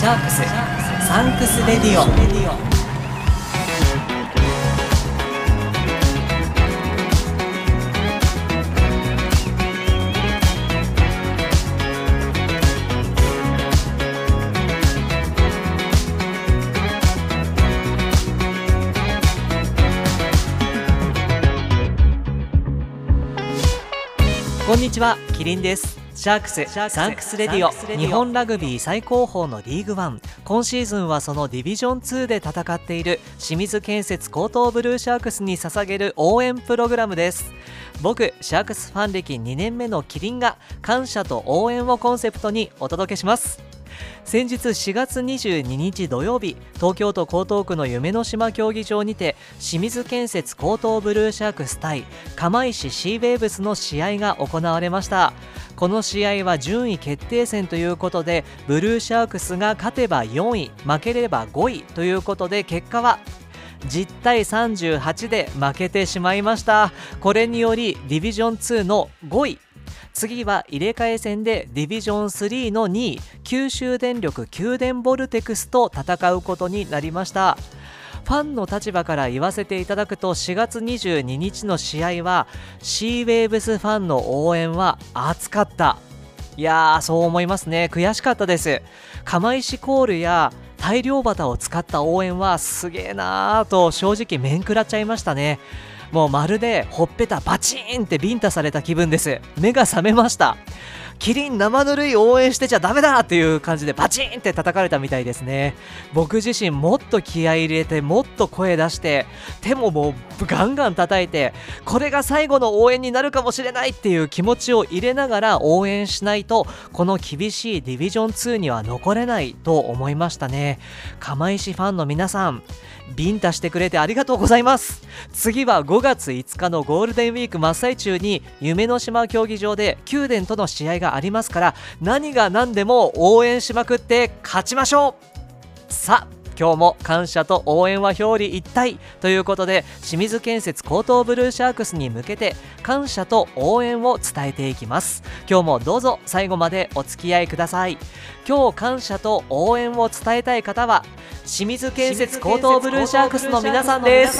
ャークスサンクスレディオ。こんにちは、キリンです。シャークスサンクスレディオ、日本ラグビー最高峰のリーグワン。今シーズンはそのディビジョン2で戦っている清水建設高等ブルーシャークスに捧げる応援プログラムです。僕シャークスファン歴2年目のキリンが感謝と応援をコンセプトにお届けします。先日4月22日土曜日、東京都江東区の夢の島競技場にて清水建設高等ブルーシャークス対釜石シーウェーブスの試合が行われました。この試合は順位決定戦ということで、ブルーシャークスが勝てば4位、負ければ5位ということで、結果は10対38で負けてしまいました。これによりディビジョン2の5位、次は入れ替え戦でディビジョン3の2位、九州電力九電ボルテクスと戦うことになりました。ファンの立場から言わせていただくと、4月22日の試合はシーウェーブスファンの応援は熱かった。いやー、そう思いますね。悔しかったです。釜石コールや大漁旗を使った応援はすげーなーと正直面食らっちゃいましたね。もうまるでほっぺたバチーンってビンタされた気分です。目が覚めました。キリン生ぬるい応援してちゃダメだっていう感じでバチーンって叩かれたみたいですね。僕自身もっと気合い入れて、もっと声出して、手ももうガンガン叩いて、これが最後の応援になるかもしれないっていう気持ちを入れながら応援しないと、この厳しいディビジョン2には残れないと思いましたね。釜石ファンの皆さん、ビンタしてくれてありがとうございます。次は5月5日のゴールデンウィーク真っ最中に夢の島競技場で九電との試合がありますから、何が何でも応援しまくって勝ちましょう。さあ、今日も感謝と応援は表裏一体ということで、清水建設高等ブルーシャークスに向けて感謝と応援を伝えていきます。今日もどうぞ最後までお付き合いください。今日感謝と応援を伝えたい方は清水建設高等ブルーシャークスの皆さんです。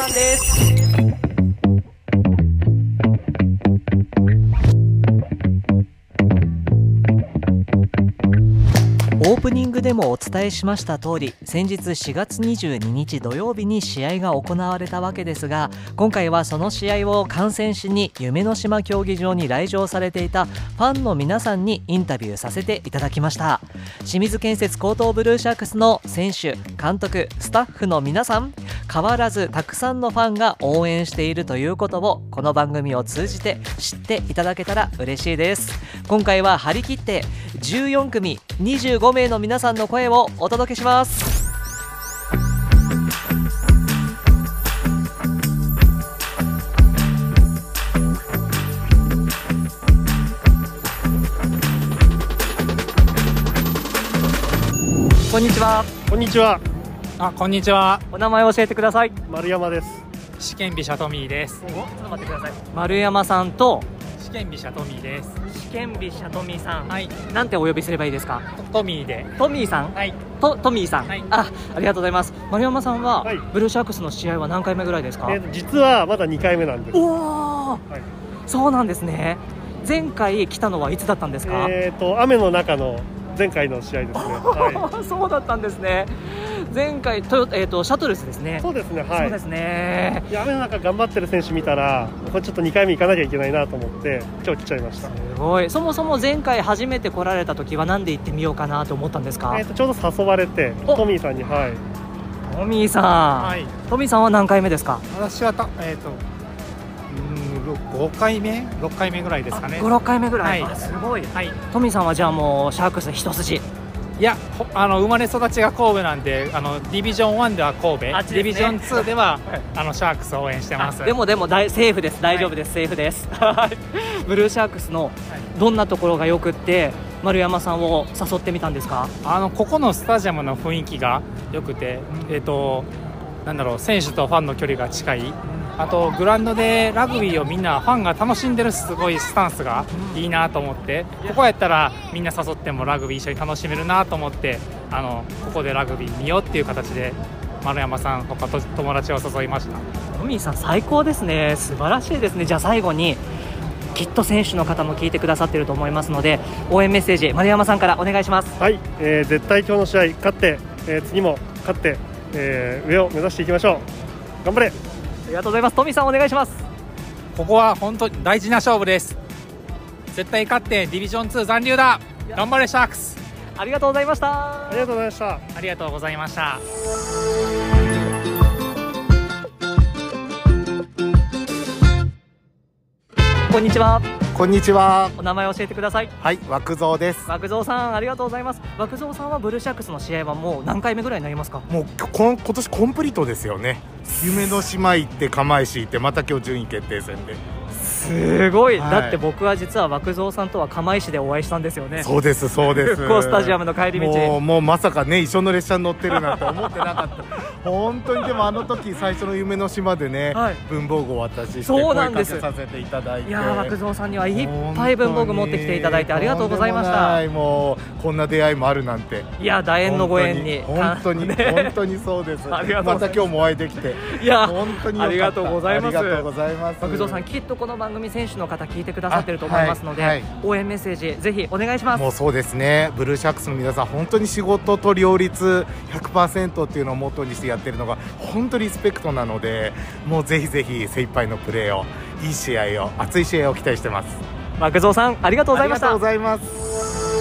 オープニングでもお伝えしました通り、先日4月22日土曜日に試合が行われたわけですが、今回はその試合を観戦しに夢の島競技場に来場されていたファンの皆さんにインタビューさせていただきました。清水建設高等ブルーシャークスの選手、監督、スタッフの皆さん、変わらずたくさんのファンが応援しているということをこの番組を通じて知っていただけたら嬉しいです。今回は張り切って14組25名の皆さんの声をお届けします。こんにちは。 こんにちは。 こんにちは。 お名前を教えてください。 丸山です。 試験日シャトミーです。 ちょっと待ってください。丸山さんと試験日シャトミーです。 試験日シャトミーさん、 はい、 なんてお呼びすればいいですか？ トミーで。 トミーさん、 はい、 トミーさん、 はい、 ありがとうございます。丸山さんは、 はい、 ブルーシャークスの試合は何回目ぐらいですか？ 実はまだ2回目なんです。 おー、はい、そうなんですね。前回来たのはいつだったんですか？ 雨の中の前回の試合ですね。はい、 そうだったんですね。前回シャトルスですね。 そうですね。はい。 そうですね。 雨の中頑張ってる選手見たら、これちょっと2回目行かなきゃいけないなと思って今日来ちゃいました。 すごい。そもそも前回初めて来られた時は何で行ってみようかなと思ったんですか？ ちょうど誘われてトミーさんに。はい。 トミーさん。はい。トミーさんは何回目ですか？ 私は5回目6回目ぐらいですかね。 5、6回目ぐらい。 はい、 すごい。 はい。 トミーさんはじゃあもうシャークス一筋？ いや、生まれ育ちが神戸なんで、ディビジョン1では神戸、ね、ディビジョン2ではシャークスを応援してます。 でもセーフです。大丈夫です。セーフです。ブルーシャークスのどんなところがよくって丸山さんを誘ってみたんですか？ ここのスタジアムの雰囲気がよくて、なんだろう、選手とファンの距離が近い、 あとグラウンドでラグビーをみんなファンが楽しんでるすごいスタンスがいいなと思って、ここやったらみんな誘ってもラグビー一緒に楽しめるなと思って、ここでラグビー見ようっていう形で丸山さん他と友達を誘いました。 トミーさん最高ですね、素晴らしいですね。じゃあ最後にきっと選手の方も聞いてくださっていると思いますので、応援メッセージ丸山さんからお願いします。 はい、絶対今日の試合勝って、次も勝って、上を目指していきましょう。頑張れ。 ありがとうございます。トミーさんお願いします。 ここは本当に大事な勝負です。絶対勝ってディビジョン2残留だ。頑張れシャークス。 ありがとうございました。 ありがとうございました。 ありがとうございました。 こんにちは。 こんにちは。 お名前教えてください。 はい、枠蔵です。 枠蔵さんありがとうございます。枠蔵さんはブルーシャックスの試合はもう何回目ぐらいになりますか？ もう今年コンプリートですよね。夢の島行って釜石行ってまた今日順位決定戦で。 すごい、 はい、 だって僕は実は枠蔵さんとは釜石でお会いしたんですよね。 そうですそうです。 復興スタジアムの帰り道。 もうまさかね一緒の列車に乗ってるなんて思ってなかった本当に。でもあの時最初の夢の島でね、はい、文房具をお渡しして声かけさせていただいて、 いや枠蔵さんにはいっぱい文房具持ってきていただいてありがとうございました。 もうこんな出会いもあるなんて、 いや大縁のご縁に本当に、ね、本当にそうです。また今日もお会いできて、 いや本当にありがとうございます。 ありがとうございます。 枠蔵さんきっとこの番組選手の方聞いてくださってると思いますので、はい、応援メッセージぜひお願いします。 もうそうですね、ブルーシャックスの皆さん本当に仕事と両立 100% っていうのをモットーにしてやってるのが本当にリスペクトなので、もうぜひぜひ精一杯のプレーを、いい試合を、熱い試合を期待してます。 枠蔵さんありがとうございました。 ありがとうございます。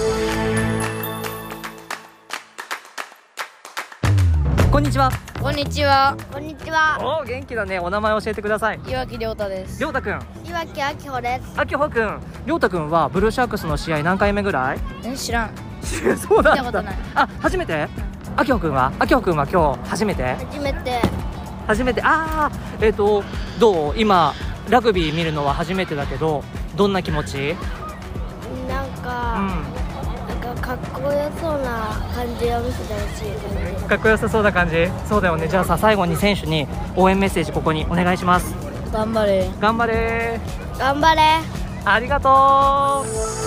こんにちは。 こんにちは。こんにちは。 お元気だね。お名前教えてください。 岩木亮太です。 亮太くん。 岩木明穂です。 明穂くん。亮太くんはブルーシャークスの試合何回目ぐらい？ 知らん。 そうなんだ。 見たことない。 あ、初めて？明穂くんは今日初めて？初めて。どう？今ラグビー見るのは初めてだけど、どんな気持ち？ なんかかっこよそうな感じを見せてほしい感じ。 かっこよさそうな感じ。そうだよね。じゃあさ、最後に選手に応援メッセージここにお願いします。 頑張れ。 頑張れ。 頑張れ。 ありがと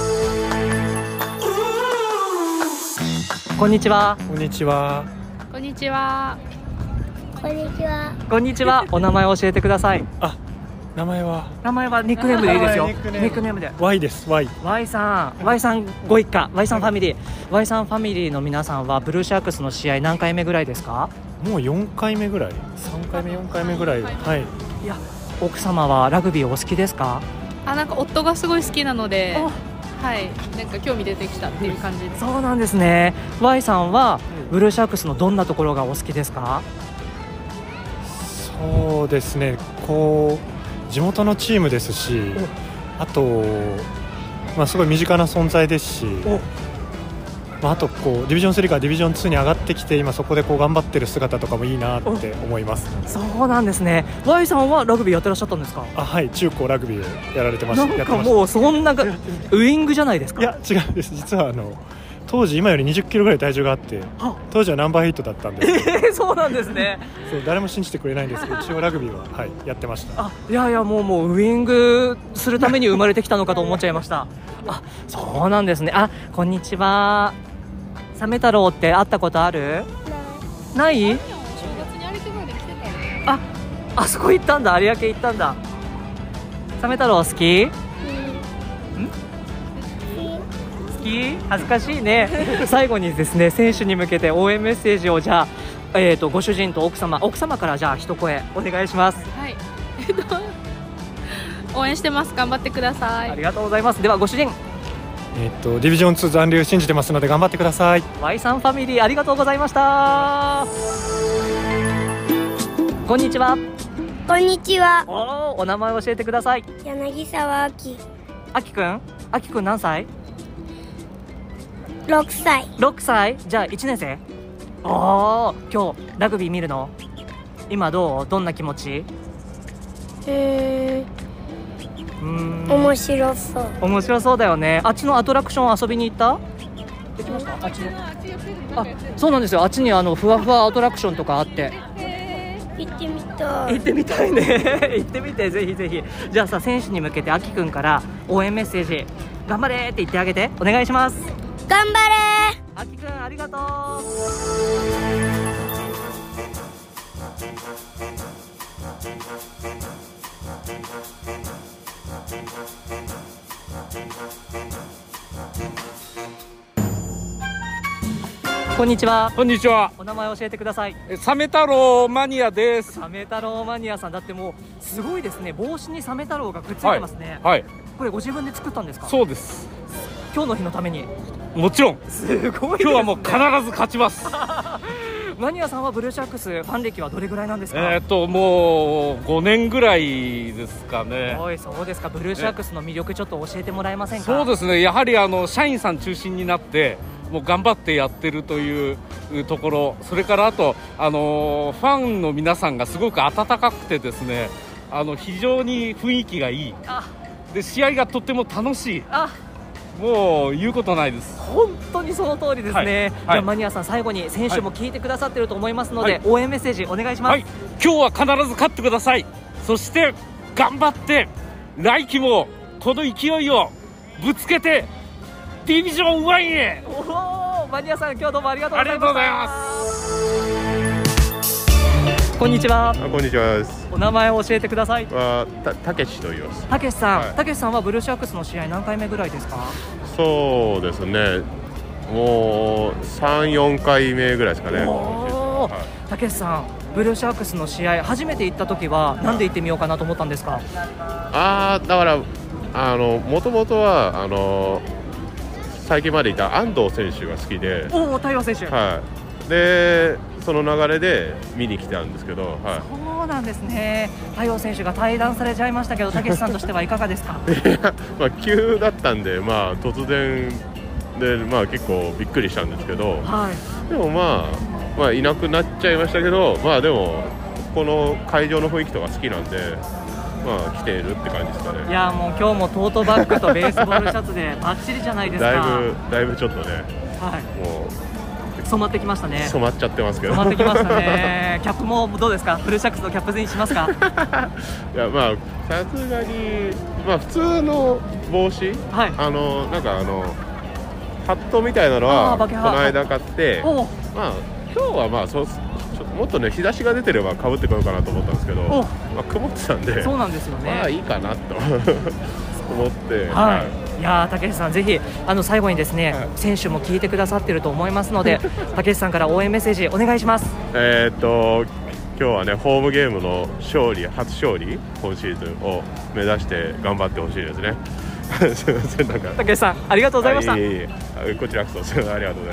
う。こんにちは。 こんにちは。 こんにちは。こんにちは。 こんにちは。お名前教えてください。 あ、名前はニックネームでいいですよ。ニックネームで Y です。 Y さんご一家 Y さんファミリー Y さんファミリーの皆さんはブルーシャークスの試合何回目ぐらいですか？ もう4回目ぐらい、3回目4回目ぐらい。はい。 いや、奥様はラグビーお好きですか？ なんか夫がすごい好きなので、はい、なんか興味出てきたっていう感じです。 そうなんですね。 Y さんはブルーシャークスのどんなところがお好きですか？ そうですね、こう地元のチームですし、あと、すごい身近な存在ですし、あとこうディビジョン3からディビジョン2に上がってきて、今そこでこう頑張ってる姿とかもいいなって思います。 そうなんですね。 Y さんはラグビーやってらっしゃったんですか？ はい、中高ラグビーをやられてました。 なんかもうそんなウイングじゃないですか？ いや違うんです。実は当時今より20キロぐらい体重があって、当時はナンバー8だったんでそうなんですね。 そう誰も信じてくれないんですけど、一応ラグビーは、はい、やってました。 いやもうウイングするために生まれてきたのかと思っちゃいましたそうなんですね。こんにちは。サメ太郎って会ったことある？ない？ 正月に有明まで来てたね。 あそこ行ったんだ。有明行ったんだ。サメ太郎好き？恥ずかしいね最後にですね、選手に向けて応援メッセージをじゃあ、ご主人と奥様からじゃあ一声お願いします。 はい、応援してます。頑張ってください。 ありがとうございます。ではご主人、 ディビジョン2残留信じてますので頑張ってください。 Y さんファミリーありがとうございました。こんにちは。 こんにちは。 お名前教えてください。 柳沢あきくん何歳？6歳。じゃあ1年生。今日ラグビー見るの？今どんな気持ち？ 面白そう。 面白そうだよね。あっちのアトラクション遊びに行った？行きました？あっちの。そうなんですよ。あっちにふわふわアトラクションとかあって。 行ってみたたい。 行ってみたいね行ってみて、ぜひぜひ。じゃあさ、選手に向けてあきくんから応援メッセージ、頑張れって言ってあげて。お願いします。 頑張れあきくん、ありがとう。こんにちは。 こんにちは。 お名前教えてください。 サメ太郎マニアです。 サメ太郎マニアさん、だってもうすごいですね。帽子にサメ太郎がくっついてますね。 はい。 これご自分で作ったんですか？ そうです。 今日の日のために。 もちろん。 すごいですね。 今日はもう必ず勝ちます。 マニアさんはブルーシャックスファン歴はどれぐらいなんですか？ もう5年ぐらいですかね。 そうですか。ブルーシャックスの魅力ちょっと教えてもらえませんか？ そうですね。やはり社員さん中心になってもう頑張ってやってるというところ、それからあとファンの皆さんがすごく温かくてですね、非常に雰囲気がいい。で試合がとっても楽しい。もう言うことないです。 本当にその通りですね。じゃあマニアさん、最後に選手も聞いてくださってると思いますので、応援メッセージお願いします。 今日は必ず勝ってください。そして頑張って来季もこの勢いをぶつけてディビジョン1へ。 マニアさん、今日どうもありがとうございました。 ありがとうございます。 こんにちは。 こんにちはです。 お名前を教えてください。 たけしと言います。 たけしさん、たけしさんはブルーシャックスの試合何回目ぐらいですか？ そうですね、もう3、4回目ぐらいですかね。 たけしさん、ブルーシャークスの試合初めて行った時は何で行ってみようかなと思ったんですか？ だからもともとは最近までいた安藤選手が好きで、 太陽選手、 でその流れで見に来たんですけど、 そうなんですね。太陽選手が退団されちゃいましたけど、たけしさんとしてはいかがですか？ 急だったんで、突然で、結構びっくりしたんですけど、でもいなくなっちゃいましたけど、でもこの会場の雰囲気とか好きなんで、来ているって感じですかね。 いやもう今日もトートバッグとベースボールシャツでバッチリじゃないですか。 だいぶちょっとね、もう染まってきましたね。 染まっちゃってますけど。 染まってきましたね。キャップもどうですか？ブルーシャックスのキャップにしますか？ いやさすがに普通の帽子、なんかハットみたいなのはこの間買って、今日はもっとね日差しが出てれば被ってこようかなと思ったんですけど、曇ってたんで、 そうなんですよね。 いいかなと思って。 いやたけしさん、ぜひ最後にですね、選手も聞いてくださってると思いますので、たけしさんから応援メッセージお願いします。 今日はね、ホームゲームの初勝利今シーズンを目指して頑張ってほしいですね。すみません、 たけしさんありがとうございました。 こちらこそありがとうございます。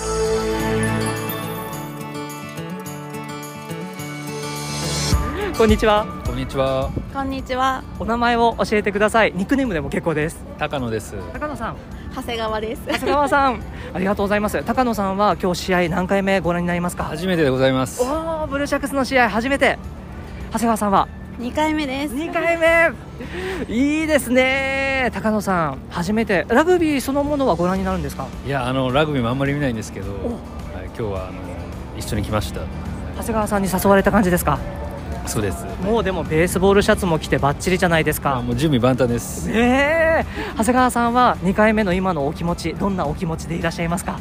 こんにちは。 こんにちは。 こんにちは。 お名前を教えてください。ニックネームでも結構です。 高野です。 高野さん。 長谷川です。 長谷川さん、ありがとうございます。高野さんは今日試合何回目ご覧になりますか？ 初めてでございます。 ブルーシャックスの試合初めて。長谷川さんは 2回目です。 2回目。いいですね。高野さん初めて。ラグビーそのものはご覧になるんですか？ いやラグビーもあんまり見ないんですけど、今日は一緒に来ました。 長谷川さんに誘われた感じですか？ そうです。 もうでもベースボールシャツも着てバッチリじゃないですか。 もう準備万端です。 長谷川さんは2回目の今のお気持ち、どんなお気持ちでいらっしゃいますか？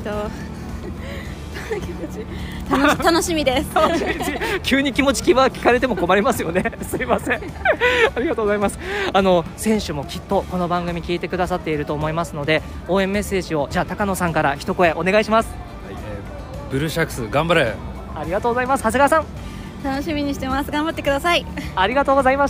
楽しみです。 急に気持ち聞かれても困りますよね。すいません。ありがとうございます。選手もきっとこの番組聞いてくださっていると思いますので、応援メッセージをじゃあ高野さんから一声お願いします。 ブルーシャックス頑張れ。 ありがとうございます。長谷川さん楽しみにしてます。頑張ってください。 ありがとうございました。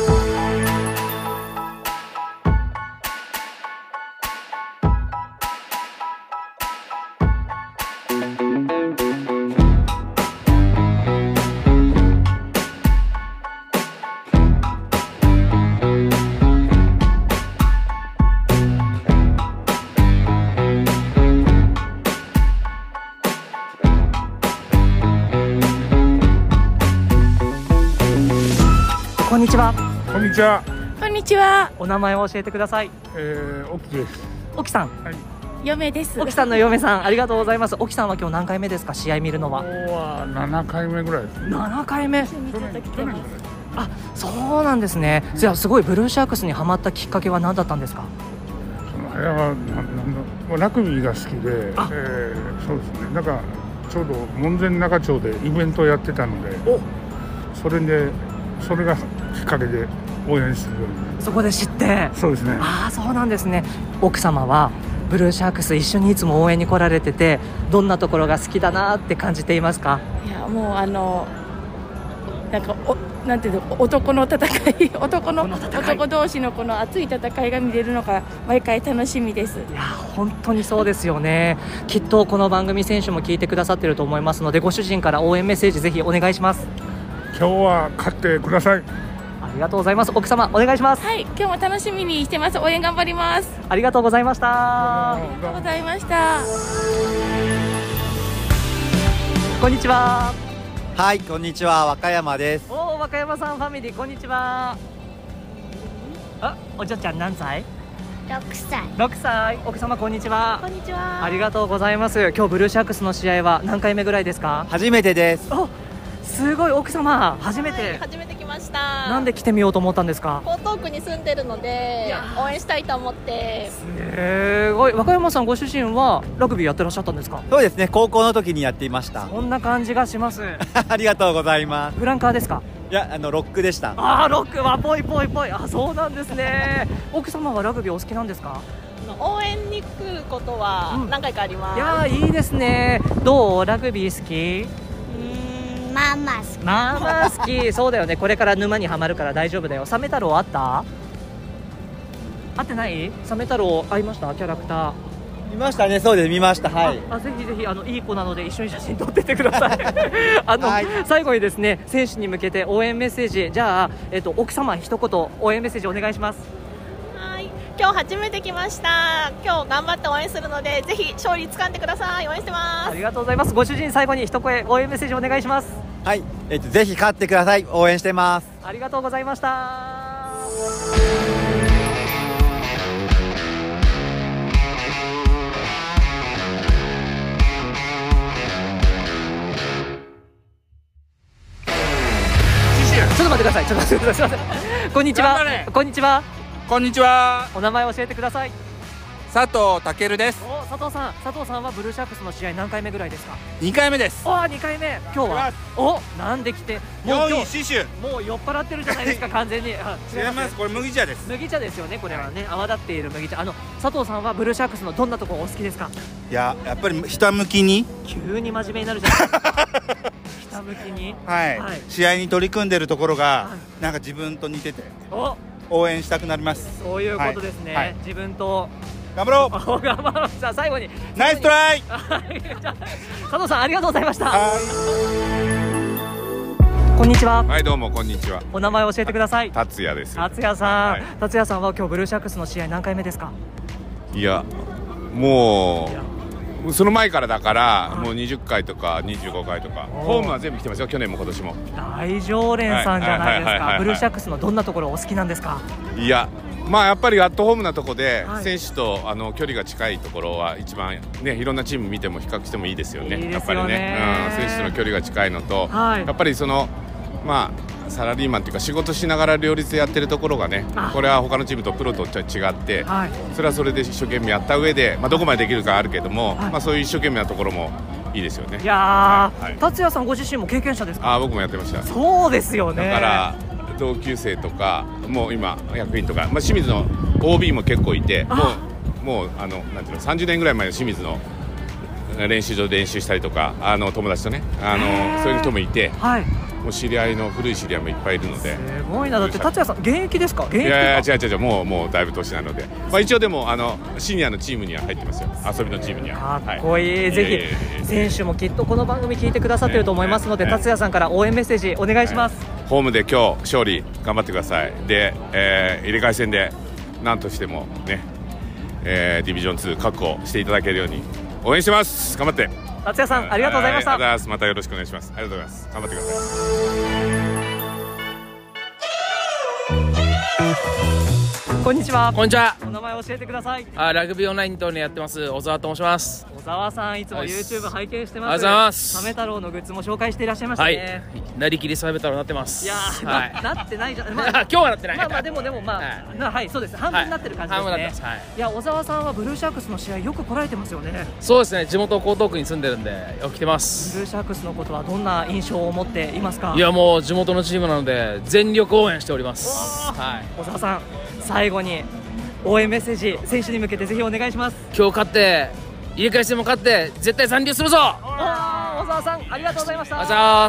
こんにちは。 こんにちは。 こんにちは。 お名前を教えてください。 沖です。 沖さん。 嫁です。 沖さんの嫁さん、ありがとうございます。沖さんは今日何回目ですか、試合見るのは。 今日は7回目ぐらいです。 7回目。あ、そうなんですね。じゃあすごいブルーシャークスにハマったきっかけは何だったんですか。 いや、ラグビーが好きで、そうですね。なんかちょうど門前仲町でイベントをやってたので、それがきっかけで応援するように。 そこで知って。そうですね。ああ、そうなんですね。奥様はブルーシャークス一緒にいつも応援に来られてて、どんなところが好きだなって感じていますか。 いや、もうなんかなんていうの、男の戦い、男同士のこの熱い戦いが見れるのが毎回楽しみです。 いや、本当にそうですよね。きっとこの番組選手も聞いてくださっていると思いますので、ご主人から応援メッセージぜひお願いします。 今日は勝ってください。 ありがとうございます。奥様お願いします。 はい、今日も楽しみにしてます。応援頑張ります。 ありがとうございました。 ありがとうございました。 こんにちは。 はい、こんにちは、和歌山です。 和歌山さんファミリー、こんにちは。お嬢ちゃん何歳 ？6歳。 6歳。奥様こんにちは。 こんにちは。 ありがとうございます。今日ブルーシャークスの試合は何回目ぐらいですか？ 初めてです。 すごい、奥様初めて。 はい、初めて来ました。 なんで来てみようと思ったんですか？ 江東区に住んでるので応援したいと思って。 すごい。和歌山さんご主人はラグビーやってらっしゃったんですか？ そうですね、高校の時にやっていました。 そんな感じがします。 ありがとうございます。 フランカーですか？ いや、ロックでした。 ロックはぽい。あ、そうなんですね。奥様はラグビーお好きなんですか？ 応援に来ることは何回かあります。 いや、いいですね。どう？ラグビー好き？ まあまあ好き。 まあまあ好き。そうだよね。これから沼にはまるから大丈夫だよ。サメ太郎あった？会ってない？サメ太郎会いました？キャラクター見ましたね。そうです、見ました。はい。 ぜひぜひいい子なので一緒に写真撮ってってください。最後にですね、選手に向けて応援メッセージ、じゃあ、奥様一言応援メッセージお願いします。 はい、今日初めて来ました。今日頑張って応援するので、ぜひ勝利掴んでください。応援してます。 ありがとうございます。ご主人、最後に一声応援メッセージお願いします。 はい、ぜひ勝ってください。応援してます。 ありがとうございました。ちょっと待ってください。すいません。こんにちは。こんにちは。 こんにちは。 お名前教えてください。 佐藤健です。 佐藤さんはブルーシャークスの試合何回目ぐらいですか ？2回目です。 2回目。今日はなんで来て 4位死守。 もう酔っ払ってるじゃないですか。完全に違います。これ麦茶です。 麦茶ですよね。これはね、泡立っている麦茶。佐藤さんはブルーシャークスのどんなところお好きですか？ いや、やっぱりひたむきに。 急に真面目になるじゃないですか。ひたむきに、 試合に取り組んでるところがなんか自分と似てて応援したくなります。 そういうことですね。自分と頑張ろう。 頑張ろう。さあ最後にナイストライ。 佐藤さんありがとうございました。こんにちは。 はい、どうもこんにちは。 お名前教えてください。 達也です。 達也さん、達也さんは今日ブルーシャークスの試合何回目ですか？ いや、もうその前からだからもう20回とか25回とか、ホームは全部来てますよ。去年も今年も。 大常連さんじゃないですか。ブルーシャークスのどんなところお好きなんですか？ いや、まあやっぱりアットホームなところで、選手と距離が近いところは一番ね、いろんなチーム見ても比較してもいいですよね。やっぱりね、選手との距離が近いのと、やっぱりまあサラリーマンというか仕事しながら両立でやってるところがね、これは他のチームとプロと違って、それはそれで一生懸命やった上で、どこまでできるかあるけども、そういう一生懸命なところもいいですよね。 いやー、達也さんご自身も経験者ですか？ 僕もやってました。 そうですよね。 だから同級生とかもう今役員とか、清水の OB も結構いて、もうなんていうの、30年ぐらい前の清水の練習場で練習したりとか、友達とね、そういう人もいて、もう知り合いの古い知り合いもいっぱいいるので。 すごいな。だって達也さん現役ですか？ いや違うもうだいぶ年なので、一応でもシニアのチームには入ってますよ。遊びのチームには。 かっこいい。ぜひ選手もきっとこの番組聞いてくださってると思いますので、達也さんから応援メッセージお願いします。 ホームで今日勝利頑張ってください。で、入れ替え戦で何としてもね、ディビジョン2確保していただけるように応援してます。頑張って。 達也さんありがとうございました。 またよろしくお願いします。ありがとうございます。頑張ってください。 こんにちは。 こんにちは。 お名前教えてください。 ラグビーオンラインとねやってます小沢と申します。 小沢さん、いつも YouTube 拝見してます。 ありがとうございます。 サメ太郎のグッズも紹介していらっしゃいましたね。 はい。なりきりサメ太郎になってます。 いやー、なってないじゃん。 今日はなってない。 まあでもはい、そうです。半分なってる感じですね。いや、小沢さんはブルーシャークスの試合よく来られてますよね。 そうですね。地元江東区に住んでるんでよく来てます。 ブルーシャークスのことはどんな印象を持っていますか？ いや、もう地元のチームなので全力応援しております。はい。 小沢さん、最後に応援メッセージ選手に向けてぜひお願いします。 今日勝って入れ替えしても勝って絶対残留するぞ。 小沢さん、ありがとうございました。 ありがとうございます。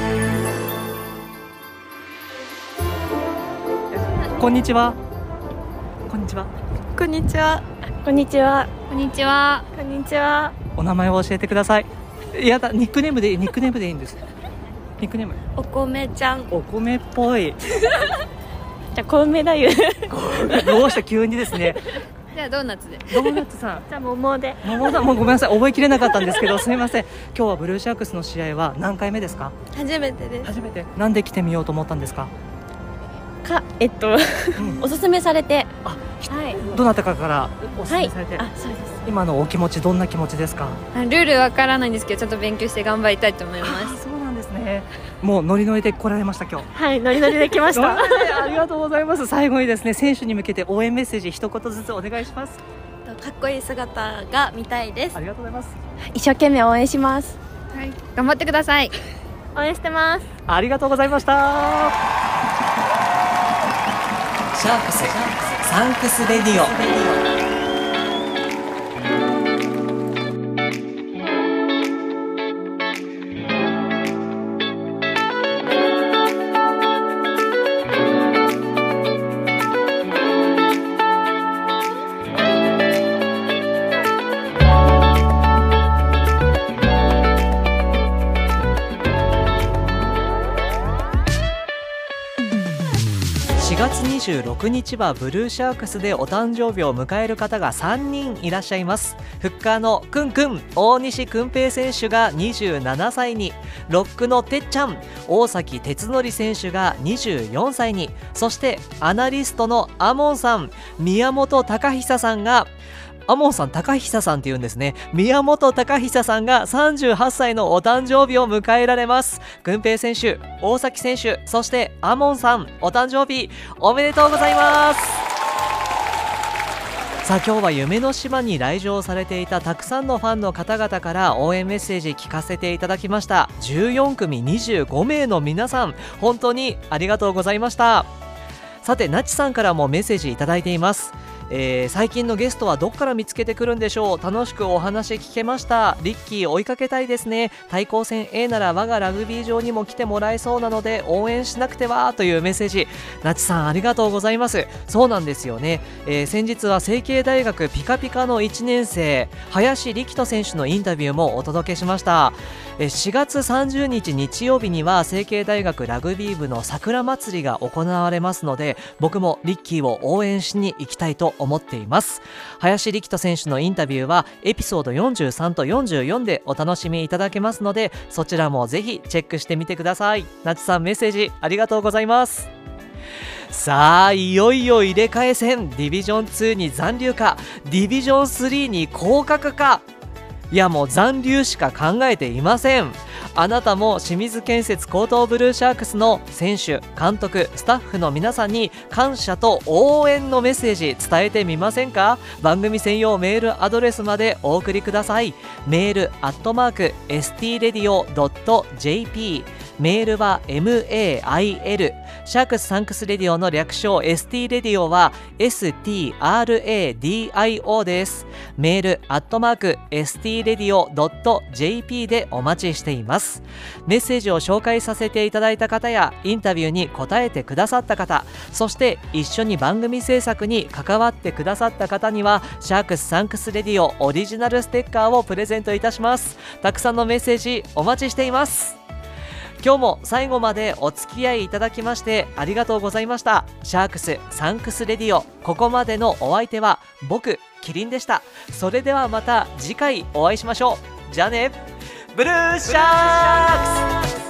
こんにちは。こんにちは。 こんにちは。 こんにちは。 こんにちは。 こんにちは。 お名前を教えてください。いやだ、ニックネームでいいんです。ニックネーム。 お米ちゃん。 お米っぽい。 じゃあ小梅だよ。 どうして急にですね。 じゃあドーナツで。 ドーナツさん。 じゃあ桃で。 桃さん、もうごめんなさい、覚えきれなかったんですけど、すみません。今日はブルーシャークスの試合は何回目ですか？ 初めてです。 初めて。なんで来てみようと思ったんですか？ おすすめされて。 はい。どなたかからおすすめされて。 あ、そうです。 今のお気持ち、どんな気持ちですか？ ルールわからないんですけど、ちょっと勉強して頑張りたいと思います。 そうなんですね。もうノリノリで来られました今日。 はい、ノリノリで来ました。 ありがとうございます。最後にですね、選手に向けて応援メッセージ一言ずつお願いします。 かっこいい姿が見たいです。 ありがとうございます。 一生懸命応援します。 はい、頑張ってください。 応援してます。 ありがとうございました。シャークスサンクスレディオ。4月26日はブルーシャークスでお誕生日を迎える方が3人いらっしゃいます。フッカーのくんくん大西くん平選手が27歳に、ロックのてっちゃん大崎哲則選手が24歳に、そしてアナリストのアモンさん宮本隆久さんがアモンさん、高久さんって言うんですね。宮本隆久さんが38歳のお誕生日を迎えられます。くん平選手、大崎選手、そしてアモンさん、お誕生日おめでとうございます。さあ、今日は夢の島に来場されていたたくさんのファンの方々から応援メッセージ聞かせていただきました。14組25名の皆さん、本当にありがとうございました。さて、なちさんからもメッセージいただいています。最近のゲストはどこから見つけてくるんでしょう。楽しくお話聞けました。リッキー追いかけたいですね。対抗戦 A なら我がラグビー場にも来てもらえそうなので応援しなくてはというメッセージ。なちさん、ありがとうございます。そうなんですよね。先日は成蹊大学ピカピカの1年生林力斗選手のインタビューもお届けしました。4月30日日曜日には成蹊大学ラグビー部の桜祭りが行われますので、僕もリッキーを応援しに行きたいと思っています。林力斗選手のインタビューはエピソード43と44でお楽しみいただけますので、そちらもぜひチェックしてみてください。なちさん、メッセージありがとうございます。さあ、いよいよ入れ替え戦、ディビジョン2に残留か、ディビジョン3に降格か。いや、もう残留しか考えていません。あなたも清水建設高等ブルーシャークスの選手、監督、スタッフの皆さんに感謝と応援のメッセージ伝えてみませんか？番組専用メールアドレスまでお送りください。メール@stradio.jp、メールは MAIL、シャークスサンクスレディオの略称 ST レディオは STRADIO です。メール@stradio.jp でお待ちしています。メッセージを紹介させていただいた方やインタビューに答えてくださった方、そして一緒に番組制作に関わってくださった方にはシャークスサンクスレディオオリジナルステッカーをプレゼントいたします。たくさんのメッセージお待ちしています。今日も最後までお付き合いいただきましてありがとうございました。シャークスサンクスレディオ、ここまでのお相手は僕キリンでした。それではまた次回お会いしましょう。じゃあね、ブルーシャークス。